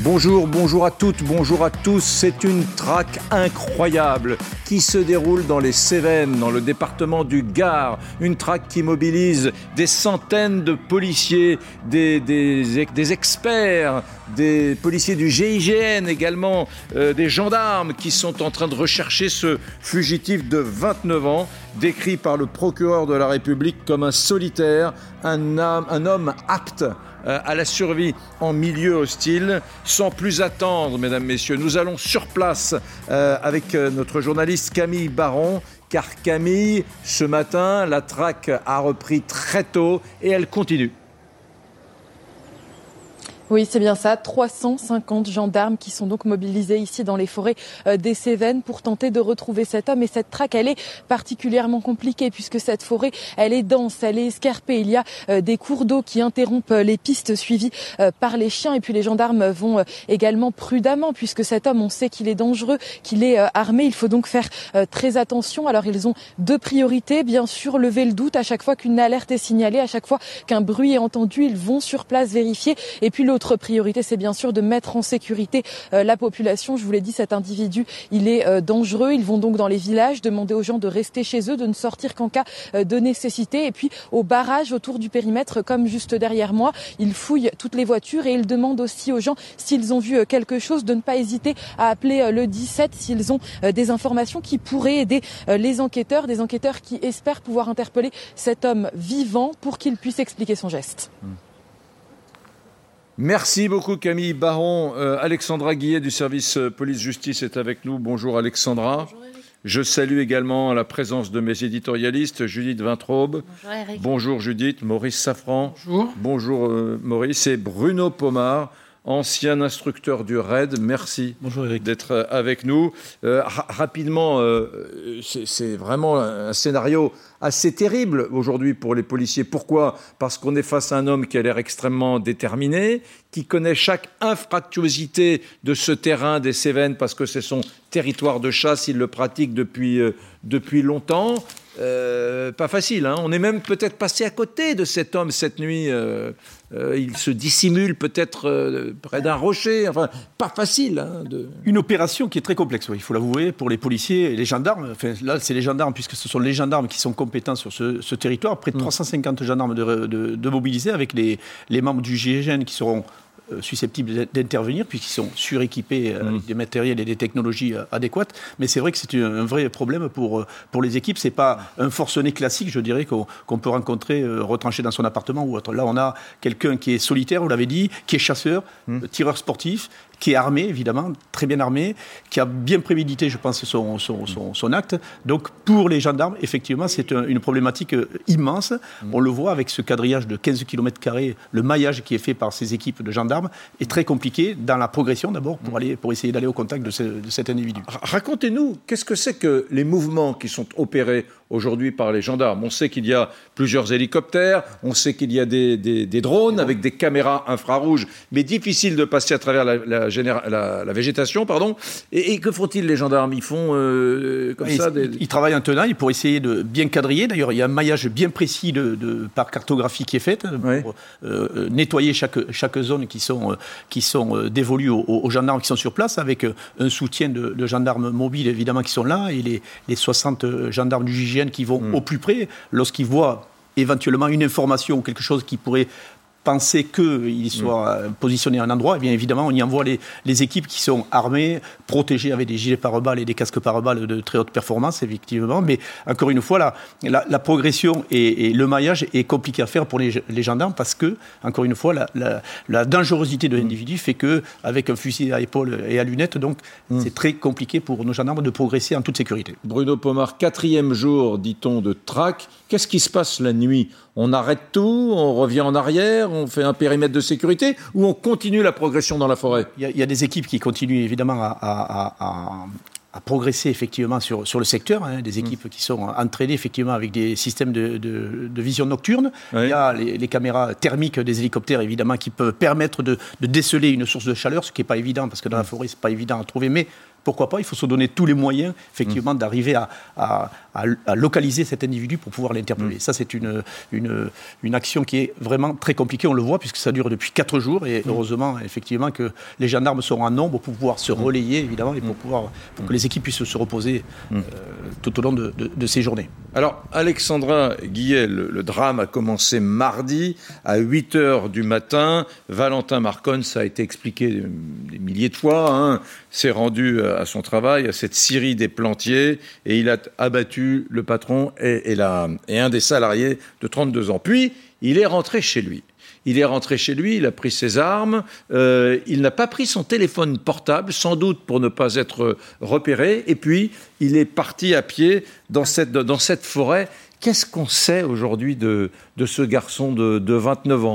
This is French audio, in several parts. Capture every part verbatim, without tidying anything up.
Bonjour, bonjour à toutes, bonjour à tous. C'est une traque incroyable qui se déroule dans les Cévennes, dans le département du Gard. Une traque qui mobilise des centaines de policiers, des, des, des experts, des policiers du G I G N également, euh, des gendarmes qui sont en train de rechercher ce fugitif de vingt-neuf ans, décrit par le procureur de la République comme un solitaire, un, âme, un homme apte à la survie en milieu hostile. Sans plus attendre, mesdames, messieurs, nous allons sur place euh, avec notre journaliste Camille Baron, car Camille, ce matin, la traque a repris très tôt et elle continue. Oui, c'est bien ça. trois cent cinquante gendarmes qui sont donc mobilisés ici dans les forêts des Cévennes pour tenter de retrouver cet homme. Et cette traque, elle est particulièrement compliquée puisque cette forêt, elle est dense, elle est escarpée. Il y a des cours d'eau qui interrompent les pistes suivies par les chiens. Et puis les gendarmes vont également prudemment puisque cet homme, on sait qu'il est dangereux, qu'il est armé. Il faut donc faire très attention. Alors ils ont deux priorités. Bien sûr, lever le doute à chaque fois qu'une alerte est signalée, à chaque fois qu'un bruit est entendu. Ils vont sur place vérifier. Et puis le L'autre priorité, c'est bien sûr de mettre en sécurité euh, la population. Je vous l'ai dit, cet individu, il est euh, dangereux. Ils vont donc dans les villages demander aux gens de rester chez eux, de ne sortir qu'en cas euh, de nécessité. Et puis au barrage autour du périmètre, comme juste derrière moi, ils fouillent toutes les voitures et ils demandent aussi aux gens s'ils ont vu euh, quelque chose, de ne pas hésiter à appeler euh, le dix-sept s'ils ont euh, des informations qui pourraient aider euh, les enquêteurs, des enquêteurs qui espèrent pouvoir interpeller cet homme vivant pour qu'il puisse expliquer son geste. Mmh. Merci beaucoup Camille Baron. Euh, Alexandra Guillet du service police-justice est avec nous. Bonjour Alexandra. Bonjour Eric. Je salue également la présence de mes éditorialistes, Judith Vintraube. Bonjour Eric. Bonjour Judith. Maurice Safran. Bonjour. Bonjour euh, Maurice. Et Bruno Pomar, ancien instructeur du R A I D. Merci Bonjour Eric. d'être avec nous. Euh, ra- rapidement, euh, c'est, c'est vraiment un scénario assez terrible aujourd'hui pour les policiers. Pourquoi ? Parce qu'on est face à un homme qui a l'air extrêmement déterminé, qui connaît chaque infractuosité de ce terrain des Cévennes, parce que c'est son territoire de chasse, il le pratique depuis, euh, depuis longtemps. Euh, pas facile, hein. On est même peut-être passé à côté de cet homme cette nuit. Euh, euh, il se dissimule peut-être euh, près d'un rocher. Enfin, pas facile. Hein, de... Une opération qui est très complexe, oui, il faut l'avouer, pour les policiers et les gendarmes. Enfin, là, c'est les gendarmes, puisque ce sont les gendarmes qui sont compétents sur ce, ce territoire. Près de mmh. trois cent cinquante gendarmes de, de, de mobilisés, avec les, les membres du G I G N qui seront susceptibles d'intervenir puisqu'ils sont suréquipés mmh. avec des matériels et des technologies adéquates. Mais c'est vrai que c'est un vrai problème pour, pour les équipes. C'est pas un forcené classique, je dirais, qu'on, qu'on peut rencontrer euh, retranché dans son appartement ou autre. Là, on a quelqu'un qui est solitaire, vous l'avez dit, qui est chasseur, mmh. tireur sportif, qui est armé, évidemment, très bien armé, qui a bien prémédité, je pense, son, son, son, son acte. Donc, pour les gendarmes, effectivement, c'est un, une problématique immense. Mmh. On le voit avec ce quadrillage de quinze kilomètres carrés, le maillage qui est fait par ces équipes de gendarmes est très compliqué dans la progression, d'abord, pour, aller, pour essayer d'aller au contact de, ce, de cet individu. Racontez-nous, qu'est-ce que c'est que les mouvements qui sont opérés aujourd'hui par les gendarmes ? On sait qu'il y a plusieurs hélicoptères, on sait qu'il y a des, des, des drones avec des caméras infrarouges, mais difficile de passer à travers la, la, généra- la, la végétation. Pardon. Et, et que font-ils les gendarmes ? Ils font euh, comme ils, ça des... Ils travaillent en tenaille pour essayer de bien quadriller. D'ailleurs, il y a un maillage bien précis de, de, par cartographie qui est fait oui. pour euh, nettoyer chaque, chaque zone qui sont, euh, qui sont euh, dévolues aux, aux gendarmes qui sont sur place, avec euh, un soutien de, de gendarmes mobiles, évidemment, qui sont là, et les, les soixante gendarmes du G I G N qui vont mmh. au plus près lorsqu'ils voient éventuellement une information ou quelque chose qui pourrait penser qu'il soit mmh. positionné à un endroit, et bien évidemment, on y envoie les, les équipes qui sont armées, protégées avec des gilets pare-balles et des casques pare-balles de très haute performance, effectivement. Mais encore une fois, la, la, la progression et, et le maillage est compliqué à faire pour les, les gendarmes parce que, encore une fois, la, la, la dangerosité de l'individu fait qu'avec un fusil à épaule et à lunettes, donc, mmh. c'est très compliqué pour nos gendarmes de progresser en toute sécurité. Bruno Pomar, quatrième jour, dit-on, de traque. Qu'est-ce qui se passe la nuit ? On arrête tout, on revient en arrière, on fait un périmètre de sécurité ou on continue la progression dans la forêt ? Il y a, il y a des équipes qui continuent évidemment à, à, à, à progresser effectivement sur, sur le secteur, hein, des équipes mmh. qui sont entraînées effectivement avec des systèmes de, de, de vision nocturne. Oui. Il y a les, les caméras thermiques des hélicoptères évidemment qui peuvent permettre de, de déceler une source de chaleur, ce qui n'est pas évident parce que dans la forêt c'est pas évident à trouver, mais pourquoi pas, il faut se donner tous les moyens, effectivement, mmh. d'arriver à, à, à, à localiser cet individu pour pouvoir l'interpeller. Mmh. Ça, c'est une, une, une action qui est vraiment très compliquée, on le voit, puisque ça dure depuis quatre jours, et mmh. heureusement, effectivement, que les gendarmes seront en nombre pour pouvoir se relayer, évidemment, et pour, pouvoir, pour que les équipes puissent se reposer euh, tout au long de, de, de ces journées. Alors, Alexandra Guillet, le, le drame a commencé mardi à huit heures du matin. Valentin Marconne, ça a été expliqué des, des milliers de fois, hein, s'est rendu à son travail, à cette scierie des Plantiers, et il a abattu le patron et, et, la, et un des salariés de trente-deux ans. Puis, il est rentré chez lui. Il est rentré chez lui, il a pris ses armes, euh, il n'a pas pris son téléphone portable, sans doute pour ne pas être repéré, et puis il est parti à pied dans cette, dans cette forêt. Qu'est-ce qu'on sait aujourd'hui de, de ce garçon de, de vingt-neuf ans ?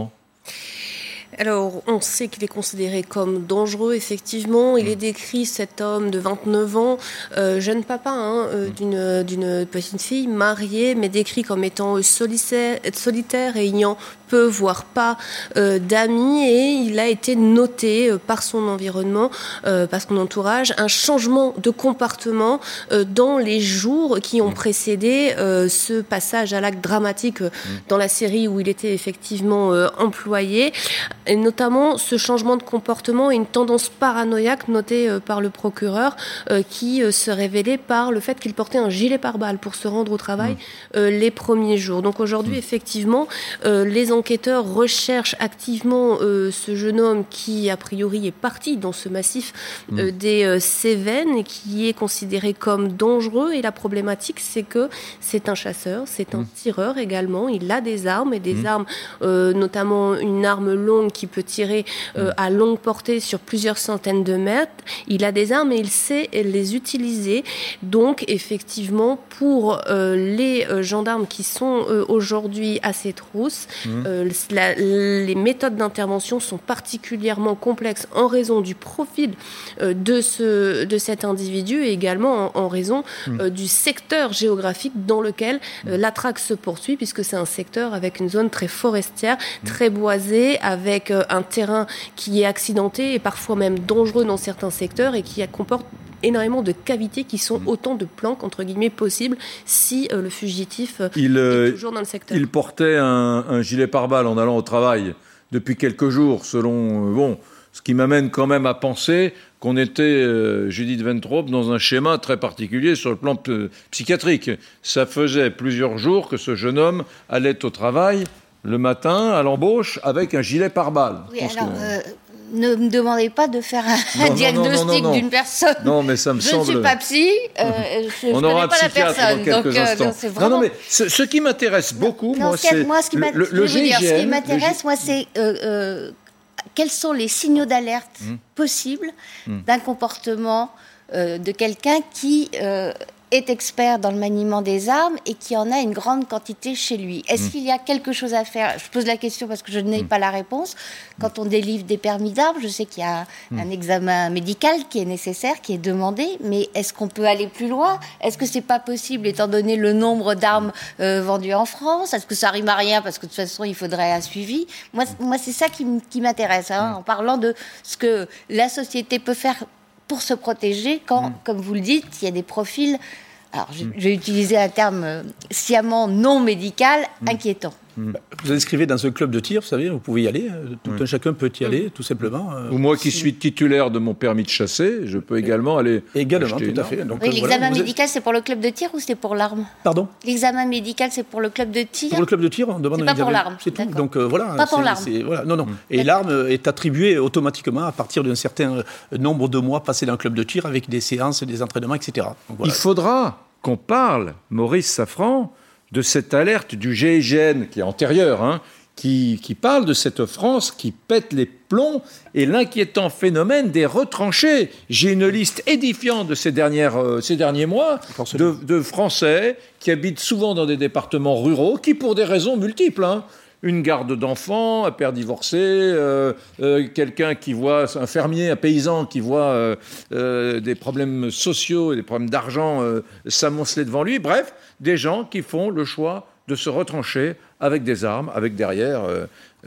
Alors, on sait qu'il est considéré comme dangereux, effectivement. Il est décrit, cet homme de vingt-neuf ans, euh, jeune papa hein, euh, d'une, d'une petite fille, mariée, mais décrit comme étant solitaire, solitaire et ayant peu, voire pas euh, d'amis. Et il a été noté euh, par son environnement, euh, par son entourage, un changement de comportement euh, dans les jours qui ont précédé euh, ce passage à l'acte dramatique euh, dans la série où il était effectivement euh, employé. Et notamment ce changement de comportement et une tendance paranoïaque notée euh, par le procureur euh, qui euh, se révélait par le fait qu'il portait un gilet pare-balles pour se rendre au travail euh, les premiers jours. Donc aujourd'hui, effectivement, euh, les enquêteurs recherchent activement euh, ce jeune homme qui, a priori, est parti dans ce massif euh, des euh, Cévennes et qui est considéré comme dangereux. Et la problématique, c'est que c'est un chasseur, c'est un tireur également. Il a des armes et des mmh. armes, euh, notamment une arme longue qui peut tirer euh, à longue portée sur plusieurs centaines de mètres. Il a des armes et il sait les utiliser. Donc, effectivement, pour euh, les euh, gendarmes qui sont euh, aujourd'hui à ses trousses, mmh. euh, la, les méthodes d'intervention sont particulièrement complexes en raison du profil euh, de, ce, de cet individu et également en, en raison mmh. euh, du secteur géographique dans lequel euh, la traque se poursuit, puisque c'est un secteur avec une zone très forestière, mmh. très boisée, avec un terrain qui est accidenté et parfois même dangereux dans certains secteurs et qui comporte énormément de cavités qui sont autant de planques, entre guillemets, possibles si euh, le fugitif euh, il, est toujours dans le secteur. Il portait un, un gilet pare-balles en allant au travail depuis quelques jours, selon... Euh, bon, ce qui m'amène quand même à penser qu'on était, euh, Judith Ventrop, dans un schéma très particulier sur le plan p- psychiatrique. Ça faisait plusieurs jours que ce jeune homme allait au travail le matin, à l'embauche, avec un gilet pare-balles. Oui, alors, que... euh, ne me demandez pas de faire un, non, un non, diagnostic non, non, non. d'une personne. Non, mais ça me je semble... Je ne suis pas psy, euh, je ne connais pas la personne. Dans donc, euh, non, c'est vraiment... non, non, mais ce, ce qui m'intéresse beaucoup, non, moi, ce c'est... Moi, ce qui, le, le, le dire, ce qui m'intéresse, G... moi, c'est... Euh, euh, quels sont les signaux d'alerte mmh. possibles mmh. d'un comportement euh, de quelqu'un qui... Euh, est expert dans le maniement des armes et qui en a une grande quantité chez lui. Est-ce mmh. qu'il y a quelque chose à faire ? Je pose la question parce que je n'ai mmh. pas la réponse. Quand on délivre des permis d'armes, je sais qu'il y a un, mmh. un examen médical qui est nécessaire, qui est demandé, mais est-ce qu'on peut aller plus loin ? Est-ce que c'est pas possible étant donné le nombre d'armes euh, vendues en France ? Est-ce que ça rime à rien parce que de toute façon il faudrait un suivi ? Moi, moi c'est ça qui, m- qui m'intéresse, hein, mmh. en parlant de ce que la société peut faire pour se protéger quand, mmh. comme vous le dites, il y a des profils, alors j'ai, mmh. j'ai utilisé un terme euh, sciemment non médical, mmh. inquiétant. Mmh. Vous vous inscrivez dans un club de tir, vous savez, vous pouvez y aller, tout mmh. un chacun peut y aller, mmh. tout simplement. Ou moi qui suis titulaire de mon permis de chasser, je peux également aller Également, tout à fait. Donc, oui, l'examen voilà, médical, êtes... c'est pour le club de tir ou c'est pour l'arme ? Pardon ? L'examen médical, c'est pour le club de tir ? Pour le club de tir, on demande c'est un pas examen. pour l'arme. C'est tout. D'accord. Donc euh, voilà. Pas pour c'est, l'arme. C'est, voilà. Non, non. Mmh. Et l'arme est attribuée automatiquement à partir d'un certain nombre de mois passés dans le club de tir avec des séances, des entraînements, et cetera. Donc, voilà. Il faudra qu'on parle, Maurice Safran, de cette alerte du G I G N qui est antérieure, hein, qui, qui parle de cette France qui pète les plombs et l'inquiétant phénomène des retranchés. J'ai une liste édifiante de ces, dernières, euh, ces derniers mois de, de Français qui habitent souvent dans des départements ruraux, qui pour des raisons multiples, hein, une garde d'enfants, un père divorcé, euh, euh, quelqu'un qui voit, un fermier, un paysan qui voit euh, euh, des problèmes sociaux et des problèmes d'argent euh, s'amonceler devant lui. Bref, des gens qui font le choix de se retrancher avec des armes, avec derrière, euh,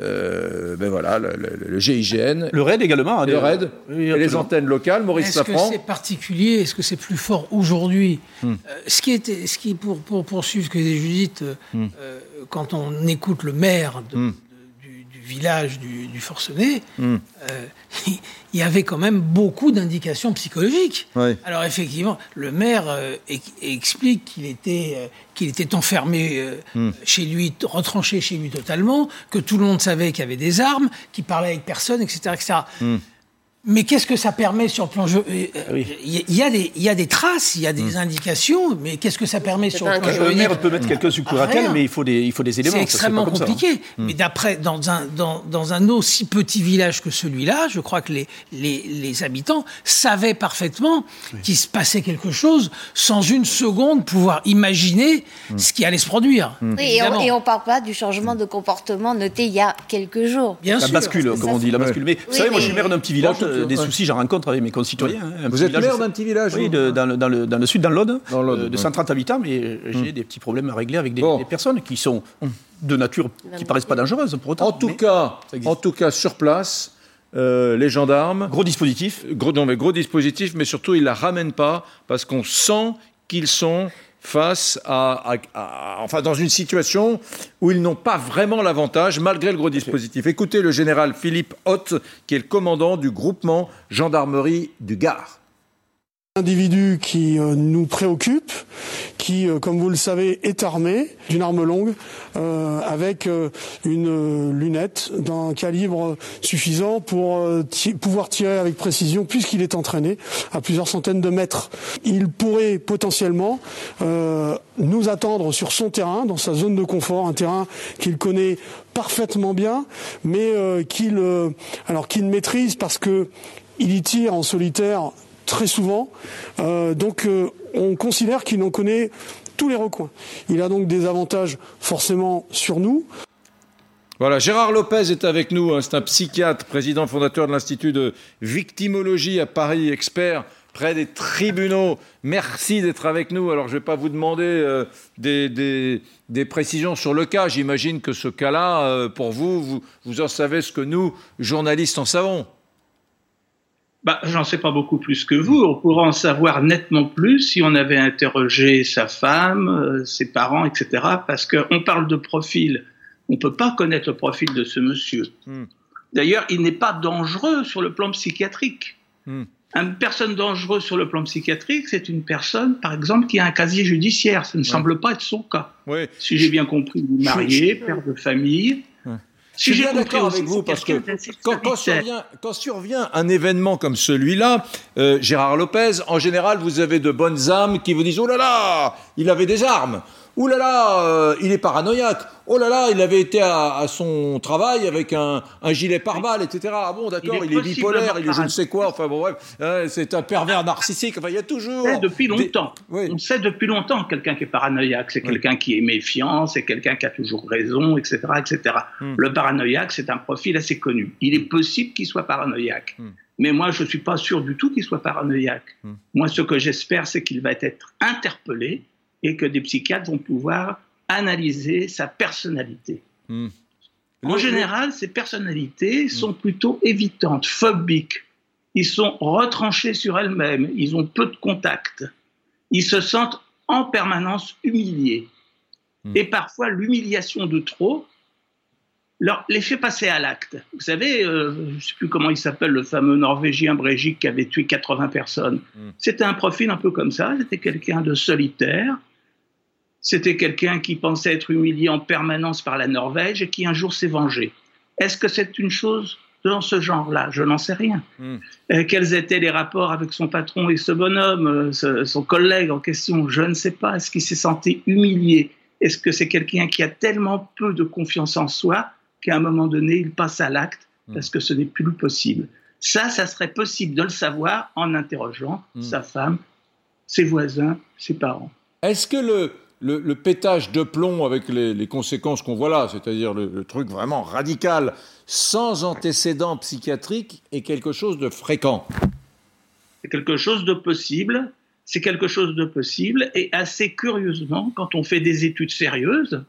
euh, ben voilà, le, le, le G I G N. Le R A I D également. Hein, le R A I D oui, et les antennes locales. Maurice Est-ce Lafrant. Est-ce que c'est particulier? Est-ce que c'est plus fort aujourd'hui? hmm. euh, Ce qui est, ce qui pour, pour poursuivre ce que dit Judith, hmm. euh, quand on écoute le maire de, hmm. de, du, du village du, du Forcené, hmm. euh, il y avait quand même beaucoup d'indications psychologiques. Oui. Alors effectivement, le maire euh, e- explique qu'il était, euh, qu'il était enfermé euh, mm. chez lui, t- retranché chez lui totalement, que tout le monde savait qu'il y avait des armes, qu'il parlait avec personne, et cetera, et cetera. Mm. Mais qu'est-ce que ça permet sur le plan jeu? Il oui. y, y, a des, il y a des traces, il y a des mmh. indications, mais qu'est-ce que ça permet c'est sur le plan jeu? Le maire peut mettre quelqu'un sous curatelle, mais il faut des, il faut des éléments. C'est extrêmement ça, c'est compliqué. ça, hein. Mais d'après, dans un, dans, dans un aussi petit village que celui-là, je crois que les, les, les habitants savaient parfaitement oui. qu'il se passait quelque chose sans une seconde pouvoir imaginer mmh. ce qui allait se produire. Mmh. Oui, et on ne parle pas du changement de comportement noté il y a quelques jours. Bien la sûr. bascule, comme on dit, la bascule. Mais vous oui, savez, moi, oui. je suis maire d'un petit village. Bon, des ouais. soucis, j'en rencontre avec mes concitoyens. Hein, vous êtes maire d'un petit village? Oui, de, dans, le, dans, le, dans le sud, dans l'Aude, dans l'Aude euh, de ouais. cent trente habitants, mais j'ai mmh. des petits problèmes à régler avec des, bon. des personnes qui sont de nature, qui paraissent pas dangereuses pour autant. En tout cas, en tout cas, sur place, euh, les gendarmes... Gros dispositif. Gros, non, mais gros dispositif, mais surtout, ils ne la ramènent pas parce qu'on sent qu'ils sont... face à, à, à, enfin dans une situation où ils n'ont pas vraiment l'avantage, malgré le gros dispositif. Écoutez le général Philippe Hoth, qui est le commandant du groupement gendarmerie du Gard. Individu qui euh, nous préoccupe, qui, euh, comme vous le savez, est armé d'une arme longue, euh, avec euh, une euh, lunette d'un calibre suffisant pour euh, ti- pouvoir tirer avec précision, puisqu'il est entraîné à plusieurs centaines de mètres. Il pourrait potentiellement euh, nous attendre sur son terrain, dans sa zone de confort, un terrain qu'il connaît parfaitement bien, mais euh, qu'il, euh, alors qu'il maîtrise parce que il y tire en solitaire très souvent, euh, donc euh, on considère qu'il en connaît tous les recoins. Il a donc des avantages forcément sur nous. Voilà, Gérard Lopez est avec nous, hein, c'est un psychiatre, président fondateur de l'Institut de victimologie à Paris, expert près des tribunaux. Merci d'être avec nous. Alors je ne vais pas vous demander euh, des, des, des précisions sur le cas. J'imagine que ce cas-là, euh, pour vous, vous, vous en savez ce que nous, journalistes, en savons. Bah, j'en sais pas beaucoup plus que vous. On pourrait en savoir nettement plus si on avait interrogé sa femme, euh, ses parents, et cetera. Parce qu'on parle de profil. On peut pas connaître le profil de ce monsieur. Mm. D'ailleurs, il n'est pas dangereux sur le plan psychiatrique. Mm. Une personne dangereuse sur le plan psychiatrique, c'est une personne, par exemple, qui a un casier judiciaire. Ça ne ouais. semble pas être son cas. Oui. Si j'ai bien compris, marié, père de famille. Ouais. Si je suis j'ai bien d'accord aussi, avec vous, parce que quand, quand, survient, quand survient un événement comme celui-là, euh, Gérard Lopez, en général, vous avez de bonnes âmes qui vous disent « Oh là là, il avait des armes !» Ouh là là, euh, il est paranoïaque. Oh là là, il avait été à, à son travail avec un, un gilet pare-balles, et cetera. Ah bon, d'accord, il est, il est bipolaire, il est je ne sais quoi. Enfin bon, bref, hein, c'est un pervers narcissique. Enfin, il y a toujours. On sait depuis longtemps. Des... Oui. On sait depuis longtemps que quelqu'un qui est paranoïaque, c'est quelqu'un oui. qui est méfiant, c'est quelqu'un qui a toujours raison, et cetera, et cetera. Hum. Le paranoïaque, c'est un profil assez connu. Il est possible qu'il soit paranoïaque. Hum. Mais moi, je ne suis pas sûr du tout qu'il soit paranoïaque. Hum. Moi, ce que j'espère, c'est qu'il va être interpellé et que des psychiatres vont pouvoir analyser sa personnalité. Mmh. En général, ces personnalités mmh. sont plutôt évitantes, phobiques. Ils sont retranchés sur elles-mêmes, ils ont peu de contact. Ils se sentent en permanence humiliés. Mmh. Et parfois, l'humiliation de trop leur les fait passer à l'acte. Vous savez, euh, je ne sais plus comment il s'appelle, le fameux Norvégien Breivik qui avait tué quatre-vingts personnes. Mmh. C'était un profil un peu comme ça, c'était quelqu'un de solitaire. C'était quelqu'un qui pensait être humilié en permanence par la Norvège et qui un jour s'est vengé. Est-ce que c'est une chose dans ce genre-là? Je n'en sais rien. Mm. Euh, quels étaient les rapports avec son patron et ce bonhomme, euh, ce, son collègue en question? Je ne sais pas. Est-ce qu'il s'est senti humilié? Est-ce que c'est quelqu'un qui a tellement peu de confiance en soi qu'à un moment donné, il passe à l'acte mm. parce que ce n'est plus possible? Ça, ça serait possible de le savoir en interrogeant mm. sa femme, ses voisins, ses parents. Est-ce que le... Le, le pétage de plomb avec les, les conséquences qu'on voit là, c'est-à-dire le, le truc vraiment radical, sans antécédent psychiatrique, est quelque chose de fréquent. C'est quelque chose de possible, c'est quelque chose de possible, et assez curieusement, quand on fait des études sérieuses,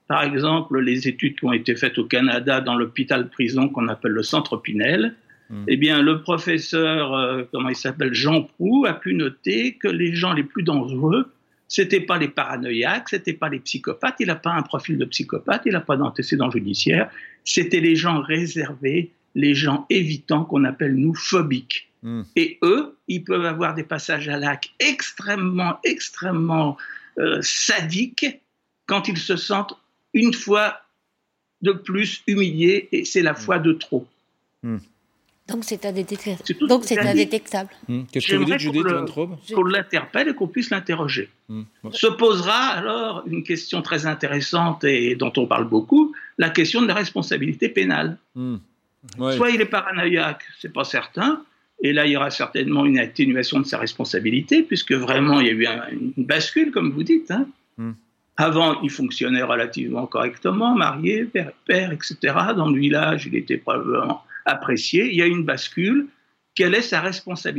Par exemple, les études qui ont été faites au Canada dans l'hôpital-prison qu'on appelle le Centre Pinel, mmh. eh bien, le professeur, euh, comment il s'appelle, Jean Proulx, a pu noter que les gens les plus dangereux, c'était pas les paranoïaques, c'était pas les psychopathes, il n'a pas un profil de psychopathe, il n'a pas d'antécédent judiciaire, c'était les gens réservés, les gens évitants qu'on appelle, nous, phobiques. Mmh. Et eux, ils peuvent avoir des passages à l'acte extrêmement, extrêmement euh, sadiques quand ils se sentent une fois de plus humiliés, et c'est la fois de trop. Mmh. Donc c'est indétectable. C'est Donc c'est indétectable. Mmh. Qu'est-ce que vous dites, Judith Van Traub ? Qu'on l'interpelle et qu'on puisse l'interroger. Mmh. Ouais. Se posera alors une question très intéressante et dont on parle beaucoup, la question de la responsabilité pénale. Mmh. Ouais. Soit il est paranoïaque, c'est pas certain, et là il y aura certainement une atténuation de sa responsabilité, puisque vraiment il y a eu un, une bascule, comme vous dites. Hein. Mmh. Avant, il fonctionnait relativement correctement, marié, père, père, et cetera. Dans le village, il était probablement apprécié. Il y a une bascule. Quelle est sa responsabilité ?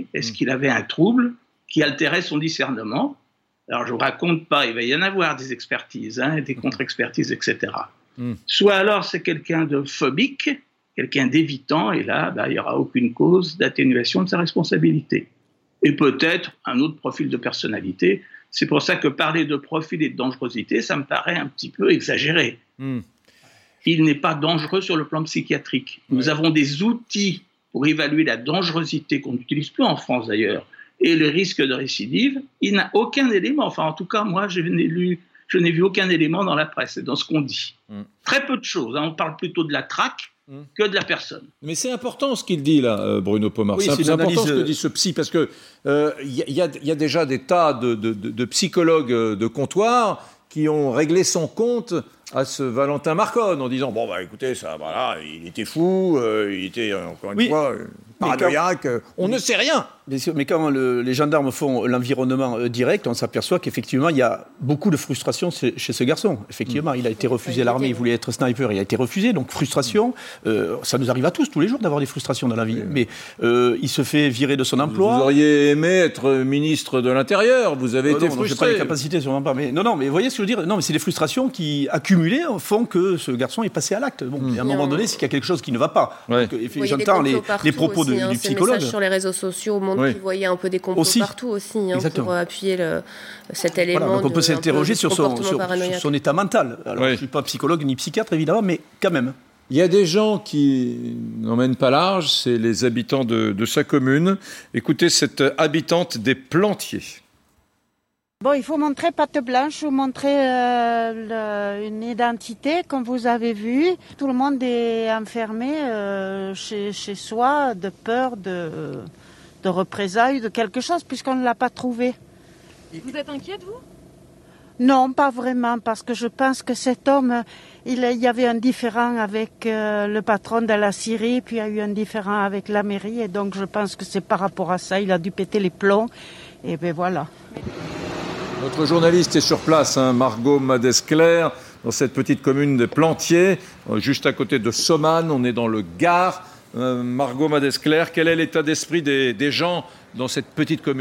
Est-ce mmh. qu'il avait un trouble qui altérait son discernement ? Alors, je ne vous raconte pas, il va y en avoir des expertises, hein, des contre-expertises, et cetera. Mmh. Soit alors, c'est quelqu'un de phobique, quelqu'un d'évitant, et là, bah, il n'y aura aucune cause d'atténuation de sa responsabilité. Et peut-être un autre profil de personnalité. C'est pour ça que parler de profil et de dangerosité, ça me paraît un petit peu exagéré. Mmh. Il n'est pas dangereux sur le plan psychiatrique. Nous ouais. avons des outils pour évaluer la dangerosité qu'on n'utilise plus en France d'ailleurs, et le risque de récidive. Il n'a aucun élément, enfin en tout cas moi je n'ai lu, je n'ai vu aucun élément dans la presse, dans ce qu'on dit. Mmh. Très peu de choses, hein. On parle plutôt de la traque que de la personne. Mais c'est important ce qu'il dit là, Bruno Pomar. Oui, c'est, c'est important ce que dit ce psy, parce que il euh, y, y, y a déjà des tas de, de, de, de psychologues de comptoir qui ont réglé son compte à ce Valentin Marconne en disant bon bah écoutez ça voilà il était fou, euh, il était encore une oui. fois euh, paranoïaque, euh, on oui. ne sait rien. Mais, mais quand le, les gendarmes font l'environnement euh, direct, on s'aperçoit qu'effectivement il y a beaucoup de frustration chez, chez ce garçon. Effectivement, mmh. il a été refusé à l'armée, il voulait être sniper, il a été refusé, donc frustration. Euh, ça nous arrive à tous tous les jours d'avoir des frustrations dans la vie. Oui. Mais euh, il se fait virer de son emploi. Vous auriez aimé être ministre de l'Intérieur, vous avez euh, été non, frustré. Non, j'ai pas les capacités, sûrement pas. Mais non, non, mais vous voyez ce que je veux dire. Non, mais c'est des frustrations qui accumulées font que ce garçon est passé à l'acte. Bon, mmh. à un moment donné, c'est qu'il y a quelque chose qui ne va pas. Ouais. Donc, j'entends les, les propos aussi, de, hein, du psychologue. Ces messages sur les réseaux sociaux montrent oui. qu'il voyait un peu des complots aussi. Partout aussi, hein, pour appuyer le, cet élément. Voilà, donc on peut de, s'interroger sur son, sur, sur son état mental. Alors, oui. je ne suis pas psychologue ni psychiatre, évidemment, mais quand même. Il y a des gens qui n'emmènent pas large, c'est les habitants de, de sa commune. Écoutez cette habitante des Plantiers. Bon, il faut montrer patte blanche ou montrer euh, le, une identité, comme vous avez vu. Tout le monde est enfermé euh, chez, chez soi de peur de, de représailles, de quelque chose, puisqu'on ne l'a pas trouvé. Vous êtes inquiète, vous ? Non, pas vraiment, parce que je pense que cet homme, il y avait un différend avec euh, le patron de la Syrie, puis il y a eu un différend avec la mairie, et donc je pense que c'est par rapport à ça, il a dû péter les plombs, et ben voilà. Notre journaliste est sur place, hein, Margot Madescler, dans cette petite commune des Plantiers, juste à côté de Somanes, on est dans le Gard. Euh, Margot Madescler, quel est l'état d'esprit des, des gens dans cette petite commune ?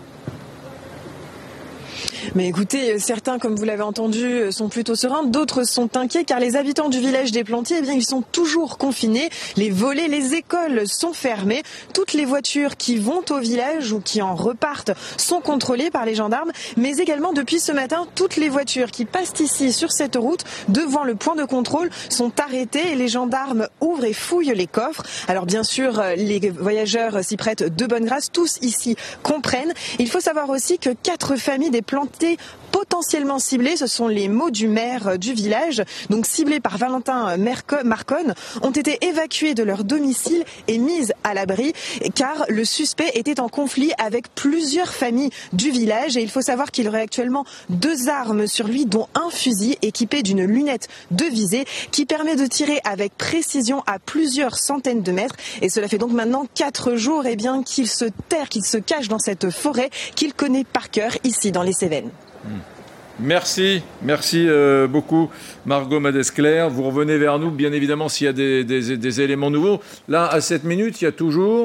Mais écoutez, certains, comme vous l'avez entendu, sont plutôt sereins, d'autres sont inquiets car les habitants du village des Plantiers, eh bien, ils sont toujours confinés. Les volets, les écoles sont fermées. Toutes les voitures qui vont au village ou qui en repartent sont contrôlées par les gendarmes. Mais également, depuis ce matin, toutes les voitures qui passent ici sur cette route, devant le point de contrôle, sont arrêtées et les gendarmes ouvrent et fouillent les coffres. Alors bien sûr, les voyageurs s'y prêtent de bonne grâce. Tous ici comprennent. Il faut savoir aussi que quatre familles des Plantiers potentiellement ciblés, ce sont les mots du maire du village, donc ciblés par Valentin Marconne, ont été évacués de leur domicile et mis à l'abri car le suspect était en conflit avec plusieurs familles du village et il faut savoir qu'il aurait actuellement deux armes sur lui, dont un fusil équipé d'une lunette de visée qui permet de tirer avec précision à plusieurs centaines de mètres et cela fait donc maintenant quatre jours eh bien, qu'il se terre, qu'il se cache dans cette forêt qu'il connaît par cœur ici dans les Cévennes. Merci, merci euh, beaucoup Margot Madescler. Vous revenez vers nous, bien évidemment, s'il y a des, des, des éléments nouveaux. Là, à cette minute, il y a toujours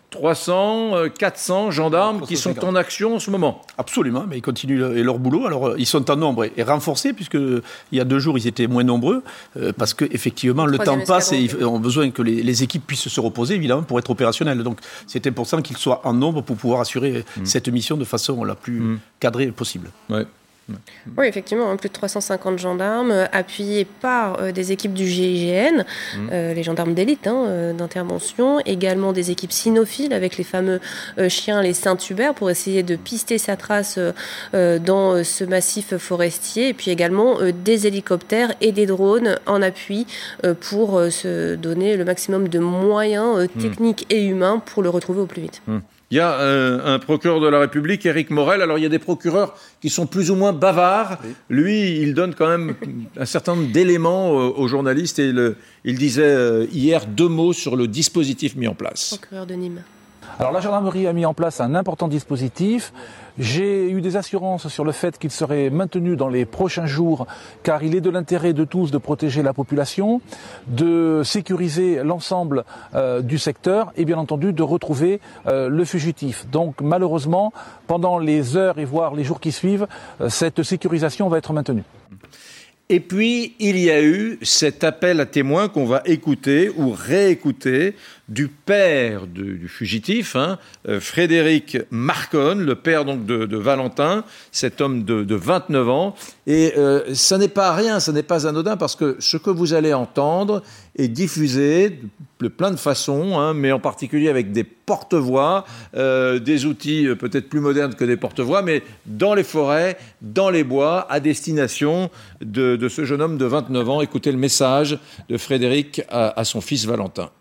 trois cents, quatre cents gendarmes qui sont en action en ce moment. Absolument, mais ils continuent leur boulot. Alors, ils sont en nombre et renforcés, puisque il y a deux jours, ils étaient moins nombreux, euh, parce qu'effectivement, le temps passe et ils ont besoin que les, les équipes puissent se reposer, évidemment, pour être opérationnelles. Donc, c'est important qu'ils soient en nombre pour pouvoir assurer mmh. cette mission de façon la plus mmh. cadrée possible. Ouais. Oui, effectivement, plus de trois cent cinquante gendarmes euh, appuyés par euh, des équipes du G I G N, mmh. euh, les gendarmes d'élite hein, euh, d'intervention, également des équipes cynophiles avec les fameux euh, chiens, les Saint-Hubert, pour essayer de pister sa trace euh, dans euh, ce massif forestier, et puis également euh, des hélicoptères et des drones en appui euh, pour euh, se donner le maximum de moyens euh, techniques mmh. et humains pour le retrouver au plus vite. Mmh. Il y a euh, un procureur de la République, Éric Morel. Alors, il y a des procureurs qui sont plus ou moins bavards. Oui. Lui, il donne quand même un certain nombre d'éléments aux, aux journalistes. Et le, il disait euh, hier deux mots sur le dispositif mis en place. Procureur de Nîmes. Alors, la gendarmerie a mis en place un important dispositif. J'ai eu des assurances sur le fait qu'il serait maintenu dans les prochains jours, car il est de l'intérêt de tous de protéger la population, de sécuriser l'ensemble euh, du secteur et bien entendu de retrouver euh, le fugitif. Donc malheureusement, pendant les heures et voire les jours qui suivent, euh, cette sécurisation va être maintenue. Et puis, il y a eu cet appel à témoins qu'on va écouter ou réécouter du père de, du fugitif, hein, euh, Frédéric Marconne, le père donc de, de Valentin, cet homme de, de vingt-neuf ans. Et euh, ça n'est pas rien, ça n'est pas anodin, parce que ce que vous allez entendre est diffusé de plein de façons, hein, mais en particulier avec des porte-voix, euh, des outils peut-être plus modernes que des porte-voix, mais dans les forêts, dans les bois, à destination de, de ce jeune homme de vingt-neuf ans. Écoutez le message de Frédéric à, à son fils Valentin.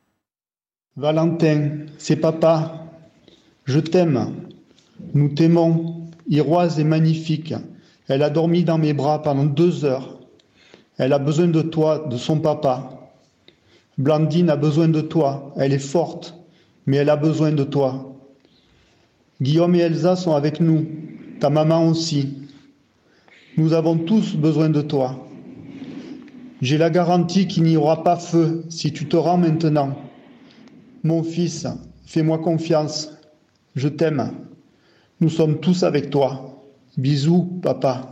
Valentin, c'est papa. Je t'aime. Nous t'aimons. Iroise est magnifique. Elle a dormi dans mes bras pendant deux heures. Elle a besoin de toi, de son papa. Blandine a besoin de toi. Elle est forte, mais elle a besoin de toi. Guillaume et Elsa sont avec nous. Ta maman aussi. Nous avons tous besoin de toi. J'ai la garantie qu'il n'y aura pas feu si tu te rends maintenant. Mon fils, fais-moi confiance. Je t'aime. Nous sommes tous avec toi. Bisous, papa.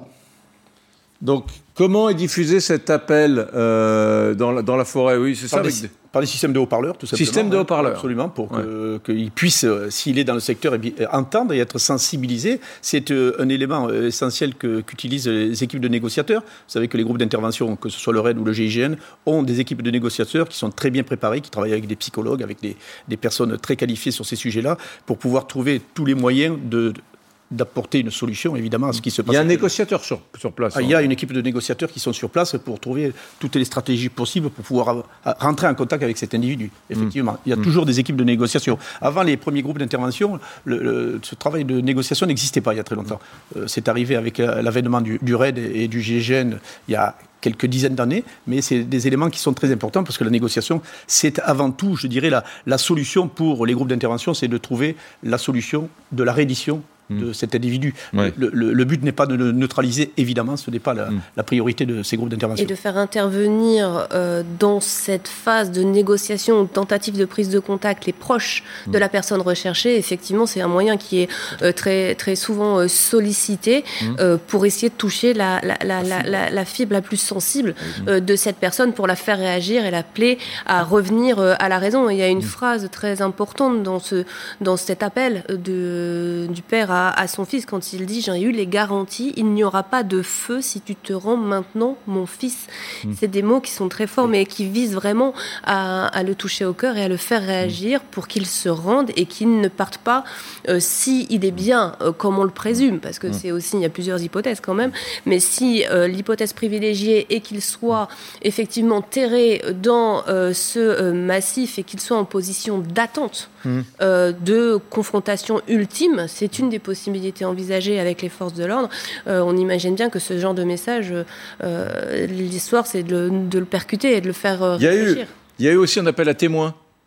Donc, comment est diffusé cet appel euh, dans, la, dans la forêt? Oui, c'est par ça. Des, avec... Par des systèmes de haut-parleurs, tout simplement. Système de haut-parleurs. Absolument, pour que, ouais. qu'il puisse, euh, s'il est dans le secteur, entendre et être sensibilisé. C'est euh, un élément euh, essentiel que, qu'utilisent les équipes de négociateurs. Vous savez que les groupes d'intervention, que ce soit le R A I D ou le G I G N, ont des équipes de négociateurs qui sont très bien préparées, qui travaillent avec des psychologues, avec des, des personnes très qualifiées sur ces sujets-là, pour pouvoir trouver tous les moyens de... d'apporter une solution, évidemment, à ce qui se passe. Il y a un négociateur sur, sur place. Ah, hein. Il y a une équipe de négociateurs qui sont sur place pour trouver toutes les stratégies possibles pour pouvoir rentrer en contact avec cet individu. Effectivement, mmh. il y a mmh. toujours des équipes de négociation. Avant les premiers groupes d'intervention, le, le, ce travail de négociation n'existait pas il y a très longtemps. Euh, c'est arrivé avec euh, l'avènement du, du R A I D et du G I G N il y a quelques dizaines d'années, mais c'est des éléments qui sont très importants parce que la négociation, c'est avant tout, je dirais, la, la solution pour les groupes d'intervention, c'est de trouver la solution de la reddition de cet individu. Ouais. Le, le, le but n'est pas de le neutraliser, évidemment, ce n'est pas la, mmh. la priorité de ces groupes d'intervention. Et de faire intervenir euh, dans cette phase de négociation ou de tentative de prise de contact les proches mmh. de la personne recherchée, effectivement, c'est un moyen qui est euh, très, très souvent euh, sollicité mmh. euh, pour essayer de toucher la, la, la, la, la, la fibre la plus sensible mmh. euh, de cette personne pour la faire réagir et l'appeler à revenir euh, à la raison. Et il y a une mmh. phrase très importante dans, ce, dans cet appel de, du père à à son fils quand il dit « J'ai eu les garanties, il n'y aura pas de feu si tu te rends maintenant, mon fils. Mmh. » C'est des mots qui sont très forts, mais qui visent vraiment à, à le toucher au cœur et à le faire réagir mmh. pour qu'il se rende et qu'il ne parte pas euh, s'il est bien, euh, comme on le présume, parce que mmh. c'est aussi, il y a plusieurs hypothèses quand même, mais si euh, l'hypothèse privilégiée est qu'il soit effectivement terré dans euh, ce euh, massif et qu'il soit en position d'attente mmh. euh, de confrontation ultime, c'est une des possibilités envisagées avec les forces de l'ordre. Euh, on imagine bien que ce genre de message, euh, l'histoire, c'est de le, de le percuter et de le faire euh, il y a réfléchir. Eu, il y a eu aussi un appel à témoins.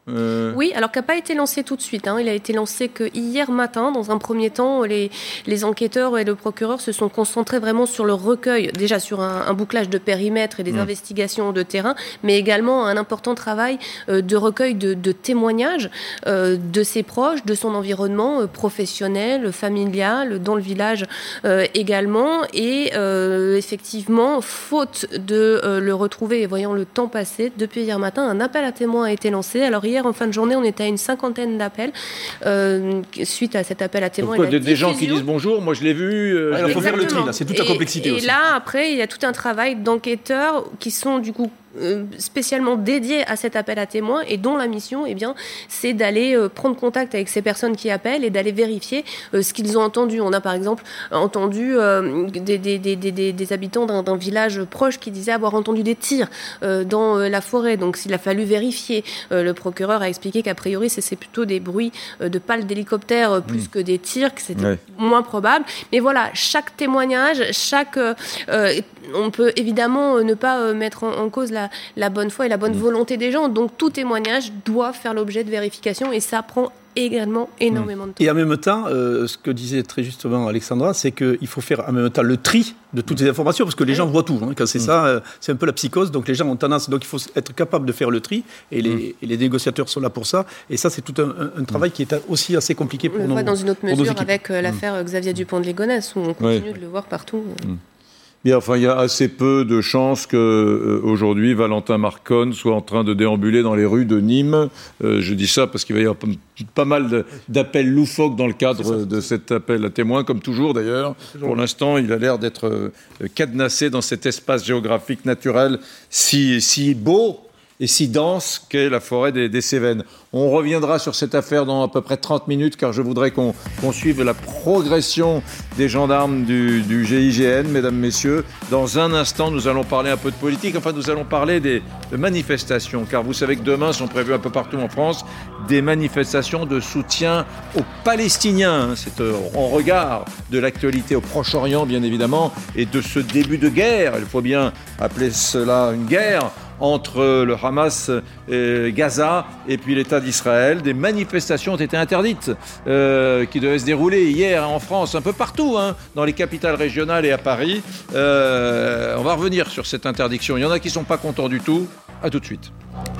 euh... Oui, alors qui n'a pas été lancé tout de suite. Hein. Il a été lancé que hier matin. Dans un premier temps, les, les enquêteurs et le procureur se sont concentrés vraiment sur le recueil, déjà sur un, un bouclage de périmètre et des mmh. investigations de terrain, mais également un important travail euh, de recueil de, de témoignages euh, de ses proches, de son environnement euh, professionnel, familial, dans le village euh, également. Et euh, effectivement, faute de euh, le retrouver et voyant le temps passer, depuis hier matin, un appel à témoins a été lancé. Alors hier, en fin de journée, on était à une cinquantaine d'appels euh, suite à cet appel à témoins. Quoi, des, des gens qui disent bonjour, moi je l'ai vu. Euh, il faut faire le tri, là, c'est toute la complexité et, aussi. Et là, après, il y a tout un travail d'enquêteurs qui sont du coup spécialement dédiés à cet appel à témoins et dont la mission, eh bien, c'est d'aller euh, prendre contact avec ces personnes qui appellent et d'aller vérifier euh, ce qu'ils ont entendu. On a par exemple entendu euh, des, des, des, des, des habitants d'un, d'un village proche qui disaient avoir entendu des tirs euh, dans euh, la forêt. Donc il a fallu vérifier. Euh, le procureur a expliqué qu'a priori c'est, c'est plutôt des bruits euh, de pales d'hélicoptères euh, plus mmh. que des tirs, que c'était ouais. moins probable. Mais voilà, chaque témoignage, chaque... Euh, euh, on peut évidemment ne pas euh, mettre en, en cause la la bonne foi et la bonne mmh. volonté des gens. Donc tout témoignage doit faire l'objet de vérification et ça prend également énormément de temps. Et en même temps, euh, ce que disait très justement Alexandra, c'est qu'il faut faire en même temps le tri de toutes ces informations, parce que les oui. gens voient tout. Hein. Quand c'est mmh. ça, euh, c'est un peu la psychose, donc les gens ont tendance... Donc il faut être capable de faire le tri, et les, mmh. et les négociateurs sont là pour ça. Et ça, c'est tout un, un, un travail mmh. qui est aussi assez compliqué pour nous. On le voit dans une autre mesure avec euh, l'affaire mmh. Xavier Dupont de Ligonnès, où on continue oui. de le voir partout. Mmh. Bien, enfin, il y a assez peu de chances que euh, aujourd'hui Valentin Marconne soit en train de déambuler dans les rues de Nîmes. Euh, je dis ça parce qu'il va y avoir p- pas mal de, d'appels loufoques dans le cadre de cet appel à témoins, comme toujours d'ailleurs. Pour l'instant, il a l'air d'être euh, cadenassé dans cet espace géographique naturel si, si beau et si dense qu'est la forêt des, des Cévennes. On reviendra sur cette affaire dans à peu près trente minutes, car je voudrais qu'on, qu'on suive la progression des gendarmes du, du G I G N, mesdames, messieurs. Dans un instant, nous allons parler un peu de politique, enfin nous allons parler des de manifestations, car vous savez que demain sont prévues un peu partout en France des manifestations de soutien aux Palestiniens. C'est en regard de l'actualité au Proche-Orient, bien évidemment, et de ce début de guerre, il faut bien appeler cela une guerre, entre le Hamas et Gaza et puis l'État d'Israël. Des manifestations ont été interdites euh, qui devaient se dérouler hier en France, un peu partout, hein, dans les capitales régionales et à Paris. Euh, on va revenir sur cette interdiction. Il y en a qui ne sont pas contents du tout. À tout de suite.